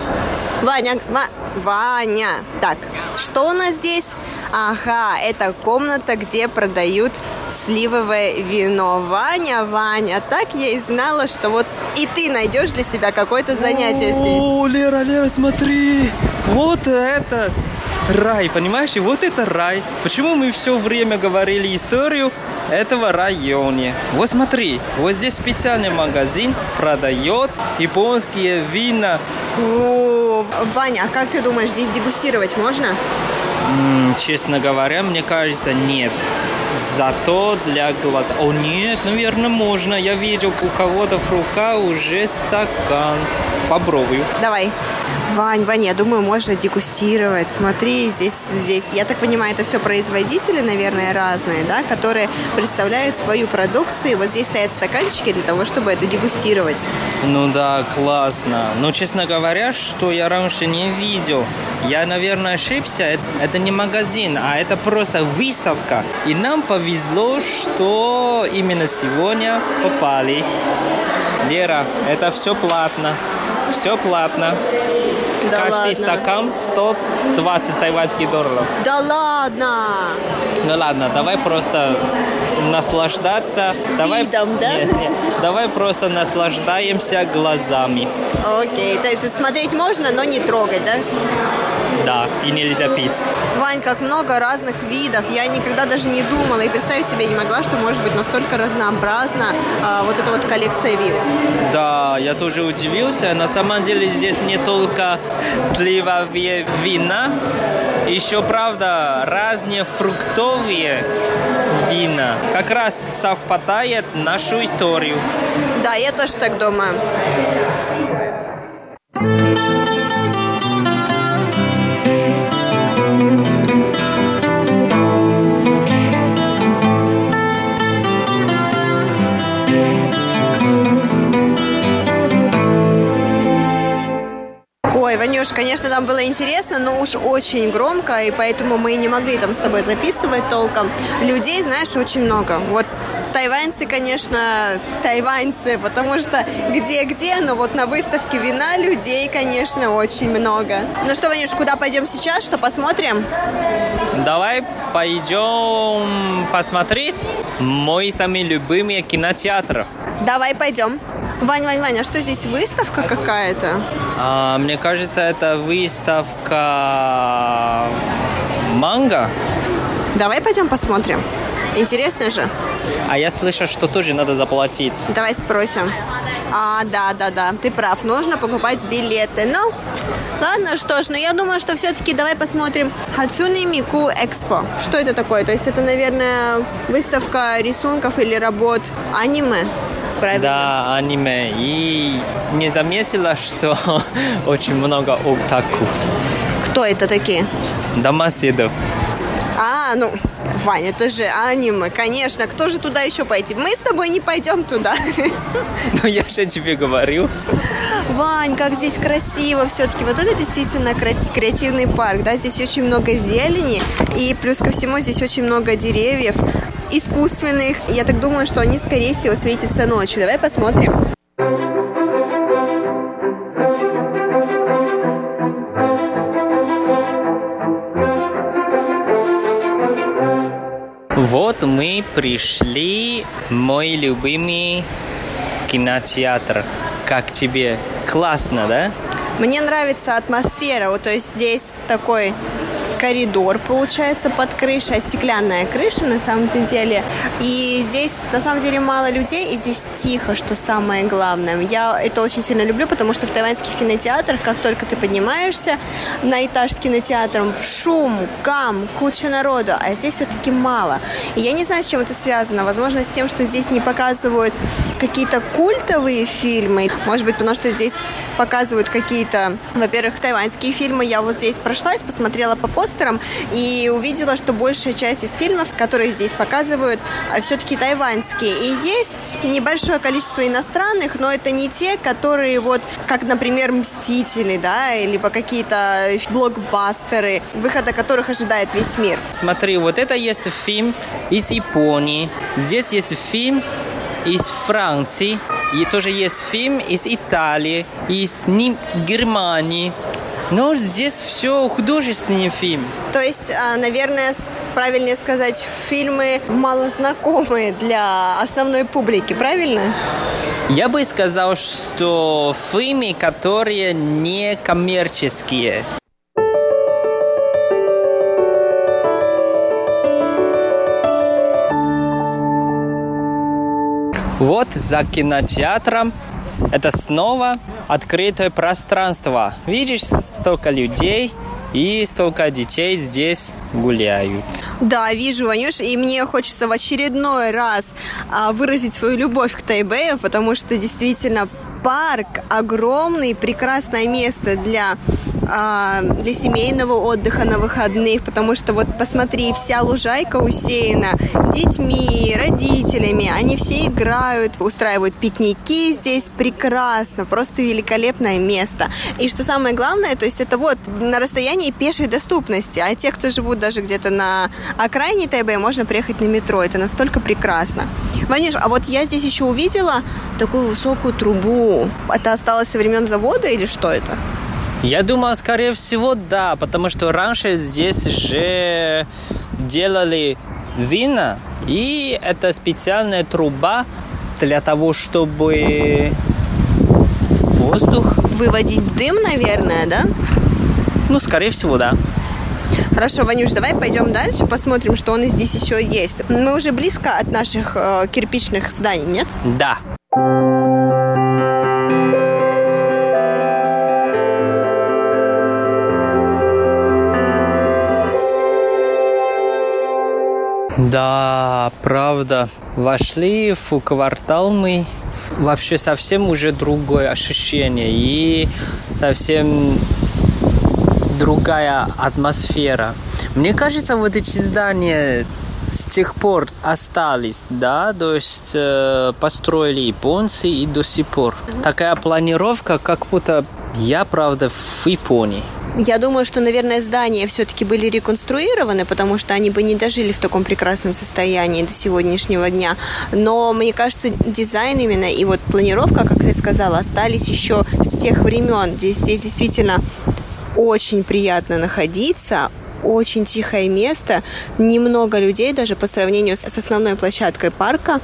[SPEAKER 9] Ваня. Так, что у нас здесь? Ага, это комната, где продают сливовое вино. Ваня, так я и знала, что вот и ты найдешь для себя какое-то занятие здесь.
[SPEAKER 10] О, Лера, смотри! Вот это рай, понимаешь? И вот это рай. Почему мы все время говорили историю этого района? Вот смотри, вот здесь специальный магазин продает японские вина. О,
[SPEAKER 9] Но, Ваня, а как ты думаешь, здесь дегустировать можно?
[SPEAKER 10] Честно говоря, мне кажется, нет. Зато для глаз... О, нет, наверное, можно. Я видел у кого-то в руках уже стакан. Попробую.
[SPEAKER 9] Давай. Вань, я думаю, можно дегустировать. Смотри, здесь, я так понимаю, это все производители, наверное, разные, да, которые представляют свою продукцию. И вот здесь стоят стаканчики для того, чтобы это дегустировать.
[SPEAKER 10] Ну да, классно. Но, честно говоря, что я раньше не видел. Я, наверное, ошибся. Это не магазин, а это просто выставка. И нам повезло, что именно сегодня попали. Лера, это все платно. Все платно.
[SPEAKER 9] Да
[SPEAKER 10] каждый
[SPEAKER 9] ладно?
[SPEAKER 10] стакан 120 тайваньских долларов.
[SPEAKER 9] Да ладно!
[SPEAKER 10] Ну ладно, давай просто наслаждаться.
[SPEAKER 9] Видом, да?
[SPEAKER 10] Нет, давай просто наслаждаемся глазами.
[SPEAKER 9] Окей, то есть смотреть можно, но не трогать, да?
[SPEAKER 10] Да, и нельзя пить.
[SPEAKER 9] Вань, как много разных видов. Я никогда даже не думала и представить себе не могла, что может быть настолько разнообразна вот эта вот коллекция вин.
[SPEAKER 10] Да, я тоже удивился. На самом деле здесь не только сливовые вина, еще, правда, разные фруктовые вина. Как раз совпадает нашу историю.
[SPEAKER 9] Да, я тоже так думаю. Ой, Ванюш, конечно, там было интересно, но уж очень громко, и поэтому мы не могли там с тобой записывать толком. Людей, знаешь, очень много. Вот тайваньцы, конечно, тайваньцы, потому что где-где, но вот на выставке вина людей, конечно, очень много. Ну что, Ванюш, куда пойдем сейчас, что посмотрим?
[SPEAKER 10] Давай пойдем посмотреть мой самый любимый кинотеатр.
[SPEAKER 9] Давай пойдем. Вань, а что здесь, выставка какая-то?
[SPEAKER 10] Мне кажется, это выставка манго.
[SPEAKER 9] Давай пойдем посмотрим. Интересно же.
[SPEAKER 10] А я слышал, что тоже надо заплатить.
[SPEAKER 9] Давай спросим. Да, ты прав, нужно покупать билеты. Ну, ладно, что ж, но я думаю, что все-таки давай посмотрим Hatsune Miku Expo. Что это такое? То есть это, наверное, выставка рисунков или работ аниме? Правильно?
[SPEAKER 10] Да, аниме. И не заметила, что очень много оттаку.
[SPEAKER 9] Кто это такие?
[SPEAKER 10] Домоседов.
[SPEAKER 9] Ну, Ваня, это же аниме, конечно. Кто же туда еще пойти? Мы с тобой не пойдем туда.
[SPEAKER 10] Ну, я же тебе говорю.
[SPEAKER 9] Вань, как здесь красиво все-таки. Вот это действительно креативный парк, да? Здесь очень много зелени. И плюс ко всему здесь очень много деревьев искусственных. Я так думаю, что они, скорее всего, светятся ночью. Давай посмотрим.
[SPEAKER 10] Вот мы пришли, мой любимый кинотеатр. Как тебе? Классно, да?
[SPEAKER 9] Мне нравится атмосфера. Вот, то есть здесь такой коридор, получается, под крышей, стеклянная крыша на самом-то деле. И здесь на самом деле мало людей, и здесь тихо, что самое главное. Я это очень сильно люблю, потому что в тайваньских кинотеатрах, как только ты поднимаешься на этаж с кинотеатром, шум, гам, куча народу, а здесь все-таки мало. И я не знаю, с чем это связано. Возможно, с тем, что здесь не показывают какие-то культовые фильмы. Может быть, потому что здесь показывают какие-то, во-первых, тайваньские фильмы. Я вот здесь прошлась, посмотрела по постерам и увидела, что большая часть из фильмов, которые здесь показывают, все-таки тайваньские. И есть небольшое количество иностранных, но это не те, которые вот, как, например, «Мстители», да, либо какие-то блокбастеры, выхода которых ожидает весь мир.
[SPEAKER 10] Смотри, вот это есть фильм из Японии. Здесь есть фильм из Франции. И тоже есть фильм из Италии, из Германии. Но здесь все художественный фильм.
[SPEAKER 9] То есть, наверное, правильнее сказать, фильмы малознакомые для основной публики, правильно?
[SPEAKER 10] Я бы сказал, что фильмы, которые не коммерческие. Вот за кинотеатром это снова открытое пространство. Видишь, столько людей и столько детей здесь гуляют.
[SPEAKER 9] Да, вижу, Ванюш, и мне хочется в очередной раз выразить свою любовь к Тайбэю, потому что действительно парк огромный, прекрасное место для семейного отдыха на выходных, потому что вот посмотри, вся лужайка усеяна детьми, родителями, они все играют, устраивают пикники здесь, прекрасно, просто великолепное место. И что самое главное, то есть это вот на расстоянии пешей доступности, а те, кто живут даже где-то на окраине Тайбэя, можно приехать на метро, это настолько прекрасно. Ванюш, а вот я здесь еще увидела такую высокую трубу, это осталось со времен завода или что это?
[SPEAKER 10] Я думаю, скорее всего, да, потому что раньше здесь же делали вина, и это специальная труба для того, чтобы воздух...
[SPEAKER 9] Выводить дым, наверное, да?
[SPEAKER 10] Ну, скорее всего, да.
[SPEAKER 9] Хорошо, Ванюш, давай пойдем дальше, посмотрим, что у нас здесь еще есть. Мы уже близко от наших кирпичных зданий, нет?
[SPEAKER 10] Да. Да, правда. Вошли в квартал мы. Вообще совсем уже другое ощущение. И совсем другая атмосфера. Мне кажется, вот эти здания с тех пор остались, да, то есть построили японцы и до сих пор. Такая планировка, как будто я, правда, в Японии.
[SPEAKER 9] Я думаю, что, наверное, здания все-таки были реконструированы, потому что они бы не дожили в таком прекрасном состоянии до сегодняшнего дня. Но, мне кажется, дизайн именно и вот планировка, как я сказала, остались еще с тех времен. Здесь действительно очень приятно находиться, очень тихое место, немного людей даже по сравнению с основной площадкой парка.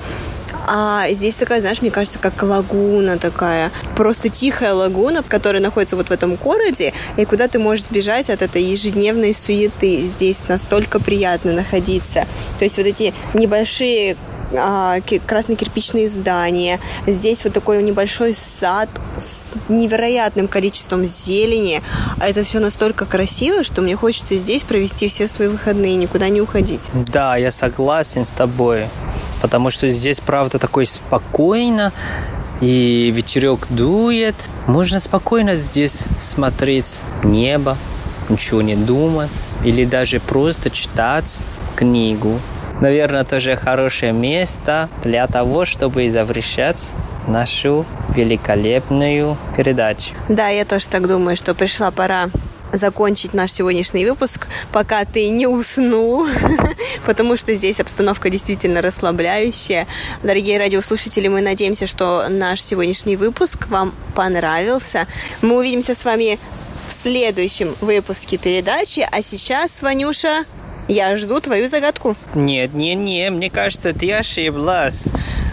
[SPEAKER 9] А здесь такая, знаешь, мне кажется, как лагуна такая. Просто тихая лагуна, которая находится вот в этом городе, и куда ты можешь сбежать от этой ежедневной суеты. Здесь настолько приятно находиться. То есть вот эти небольшие красно-кирпичные здания. Здесь вот такой небольшой сад с невероятным количеством зелени. А это все настолько красиво, что мне хочется здесь провести все свои выходные и никуда не уходить.
[SPEAKER 10] Да, я согласен с тобой. Потому что здесь, правда, такой спокойно, и ветерок дует. Можно спокойно здесь смотреть небо, ничего не думать, или даже просто читать книгу. Наверное, тоже хорошее место для того, чтобы завершать нашу великолепную передачу.
[SPEAKER 9] Да, я тоже так думаю, что пришла пора закончить наш сегодняшний выпуск, пока ты не уснул, потому что здесь обстановка действительно расслабляющая. Дорогие радиослушатели, мы надеемся, что наш сегодняшний выпуск вам понравился. Мы увидимся с вами в следующем выпуске передачи, а сейчас, Ванюша, я жду твою загадку.
[SPEAKER 10] Нет, мне кажется, ты ошиблась.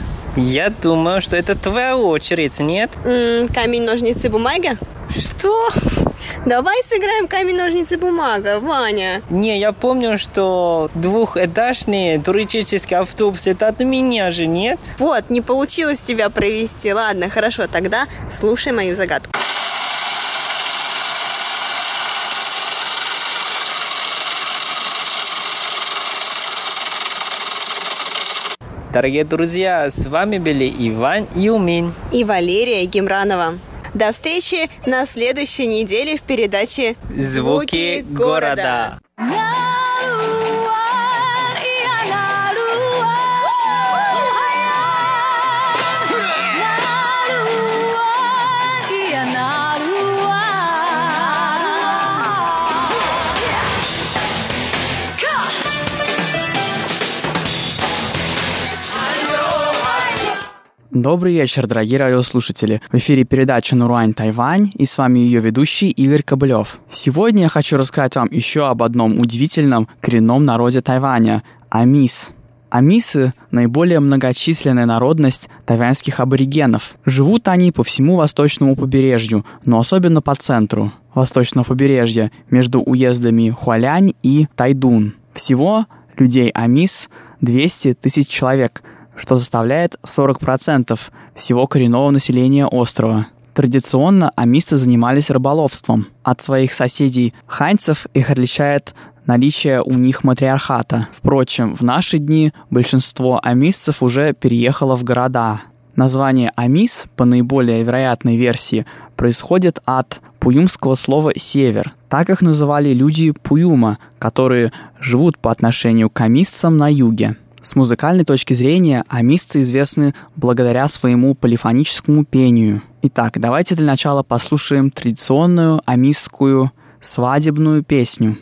[SPEAKER 10] Я думаю, что это твоя очередь, нет?
[SPEAKER 9] Камень, ножницы, бумага?
[SPEAKER 10] Что?
[SPEAKER 9] Давай сыграем камень, ножницы, бумага, Ваня.
[SPEAKER 10] Не, я помню, что двухэтажный туристический автобус, это от меня же, нет?
[SPEAKER 9] Вот, не получилось тебя провести. Ладно, хорошо, тогда слушай мою загадку.
[SPEAKER 10] Дорогие друзья, с вами были Иван Юмин
[SPEAKER 9] и Валерия Гемранова. До встречи на следующей неделе в передаче
[SPEAKER 10] «Звуки города».
[SPEAKER 11] Добрый вечер, дорогие радиослушатели. В эфире передача «Нуруань Тайвань» и с вами ее ведущий Игорь Кобылев. Сегодня я хочу рассказать вам еще об одном удивительном коренном народе Тайваня – амис. Амисы – наиболее многочисленная народность тайваньских аборигенов. Живут они по всему восточному побережью, но особенно по центру восточного побережья, между уездами Хуалянь и Тайдун. Всего людей амис 200 тысяч человек, что составляет 40% всего коренного населения острова. Традиционно амисцы занимались рыболовством. От своих соседей ханьцев их отличает наличие у них матриархата. Впрочем, в наши дни большинство амисцев уже переехало в города. Название амис, по наиболее вероятной версии, происходит от пуюмского слова «север». Так их называли люди Пуюма, которые живут по отношению к амисцам на юге. С музыкальной точки зрения амисцы известны благодаря своему полифоническому пению. Итак, давайте для начала послушаем традиционную амисскую свадебную песню.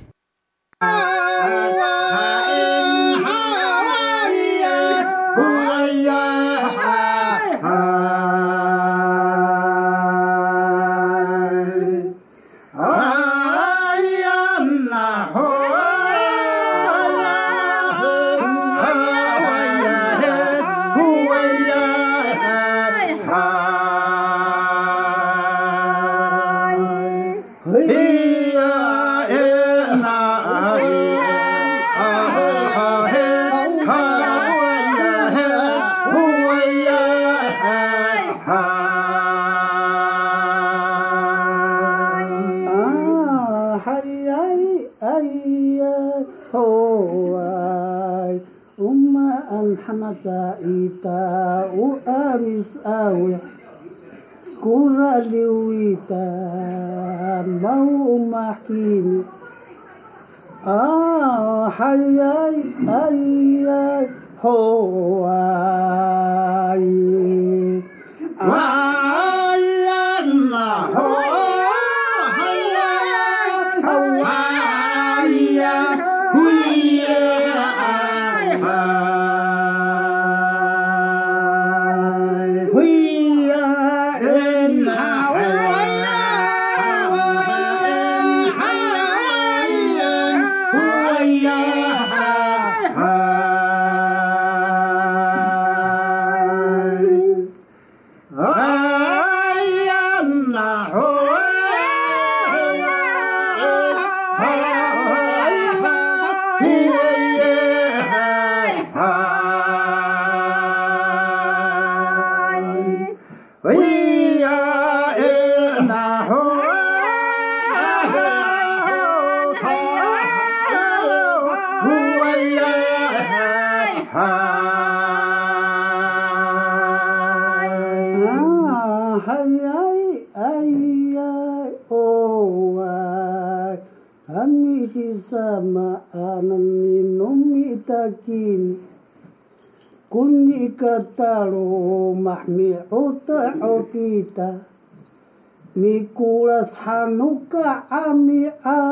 [SPEAKER 12] Mikulas Hanuka ami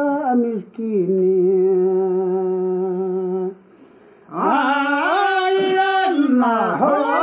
[SPEAKER 12] amiskini ayallah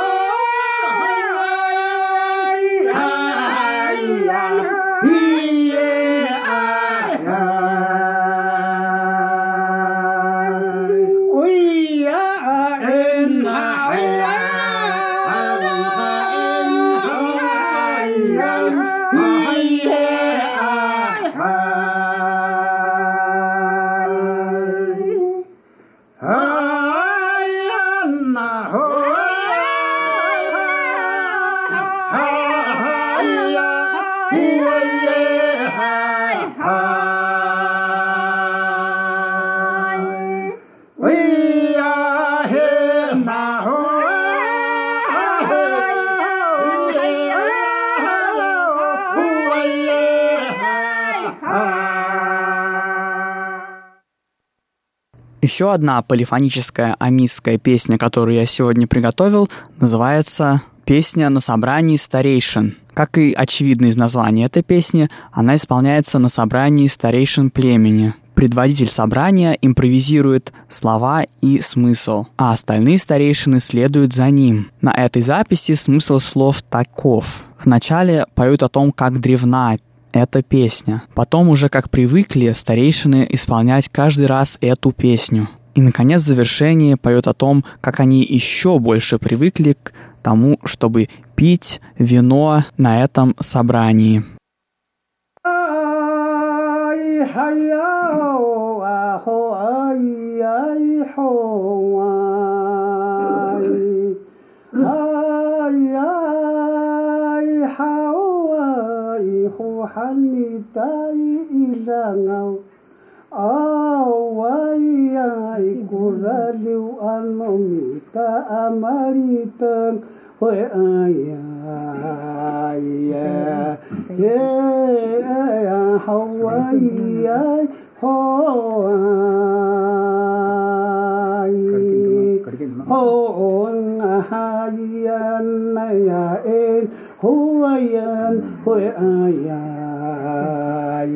[SPEAKER 11] Еще одна полифоническая амисская песня, которую я сегодня приготовил, называется «Песня на собрании старейшин». Как и очевидно из названия этой песни, она исполняется на собрании старейшин племени. Предводитель собрания импровизирует слова и смысл, а остальные старейшины следуют за ним. На этой записи смысл слов таков. Вначале поют о том, как древна эта песня. Потом уже, как привыкли старейшины исполнять каждый раз эту песню. И, наконец, в завершении поет о том, как они еще больше привыкли к тому, чтобы пить вино на этом собрании.
[SPEAKER 12] Hani tai ilangau Awai kuraliu anomita amaritan Hoi ayah Hawaii Hoon hayan nayain Huwayan Hoi ayah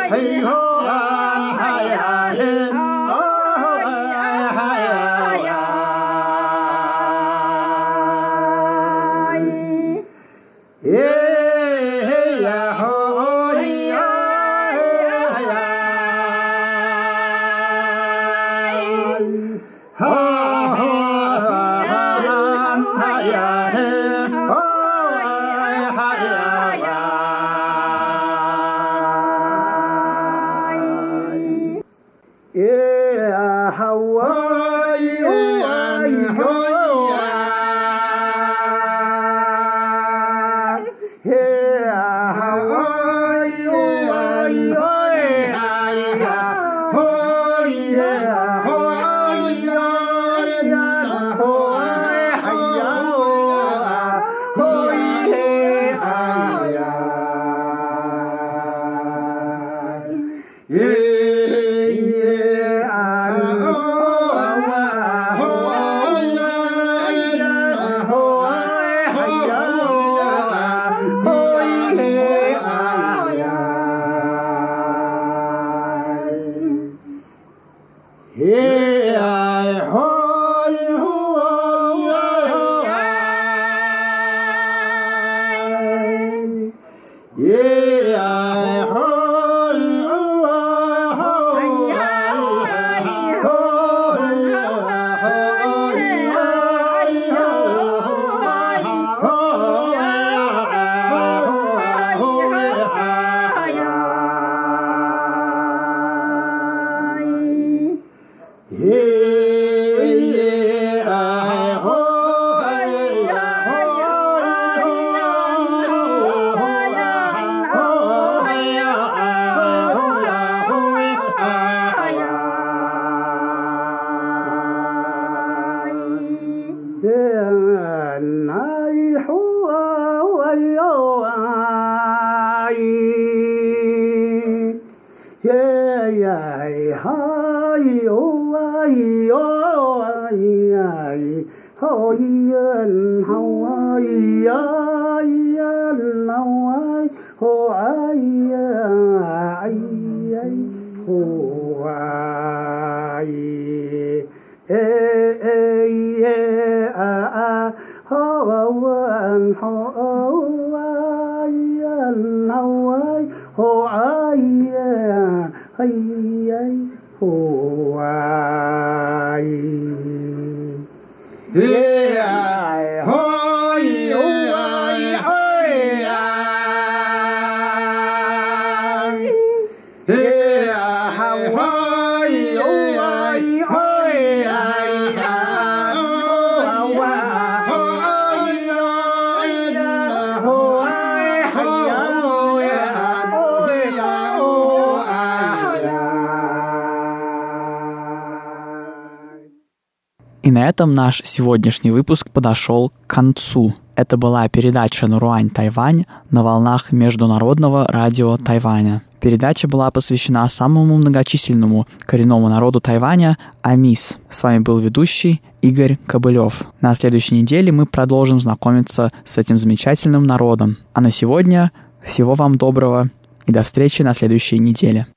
[SPEAKER 11] И на этом наш сегодняшний выпуск подошел к концу. Это была передача «Наруань Тайвань» на волнах Международного радио Тайваня. Передача была посвящена самому многочисленному коренному народу Тайваня – амис. С вами был ведущий Игорь Кобылев. На следующей неделе мы продолжим знакомиться с этим замечательным народом. А на сегодня всего вам доброго и до встречи на следующей неделе.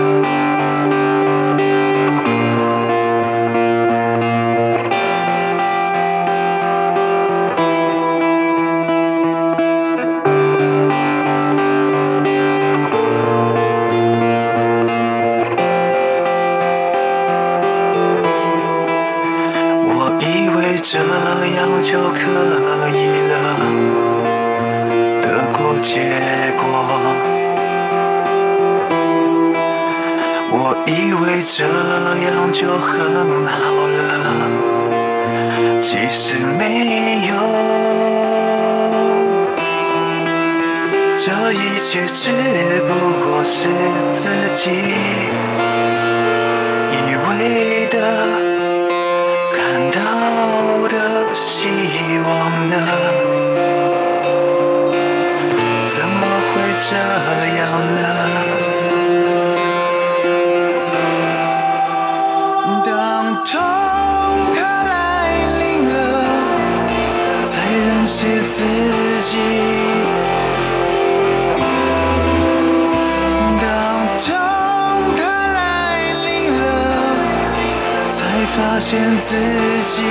[SPEAKER 13] 这样就可以了，得过且过。我以为这样就很好了，其实没有。这一切只不过是自己以为的。 看到的希望呢？怎么会这样呢？当痛它来临了，才认识自己。当痛。 发现自己，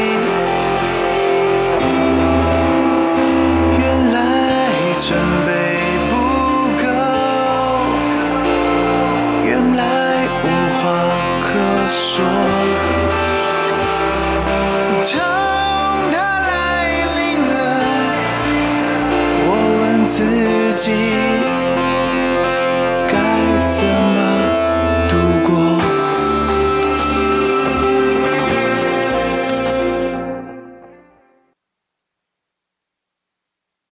[SPEAKER 13] 原来准备不够，原来无话可说。当它来临了，我问自己。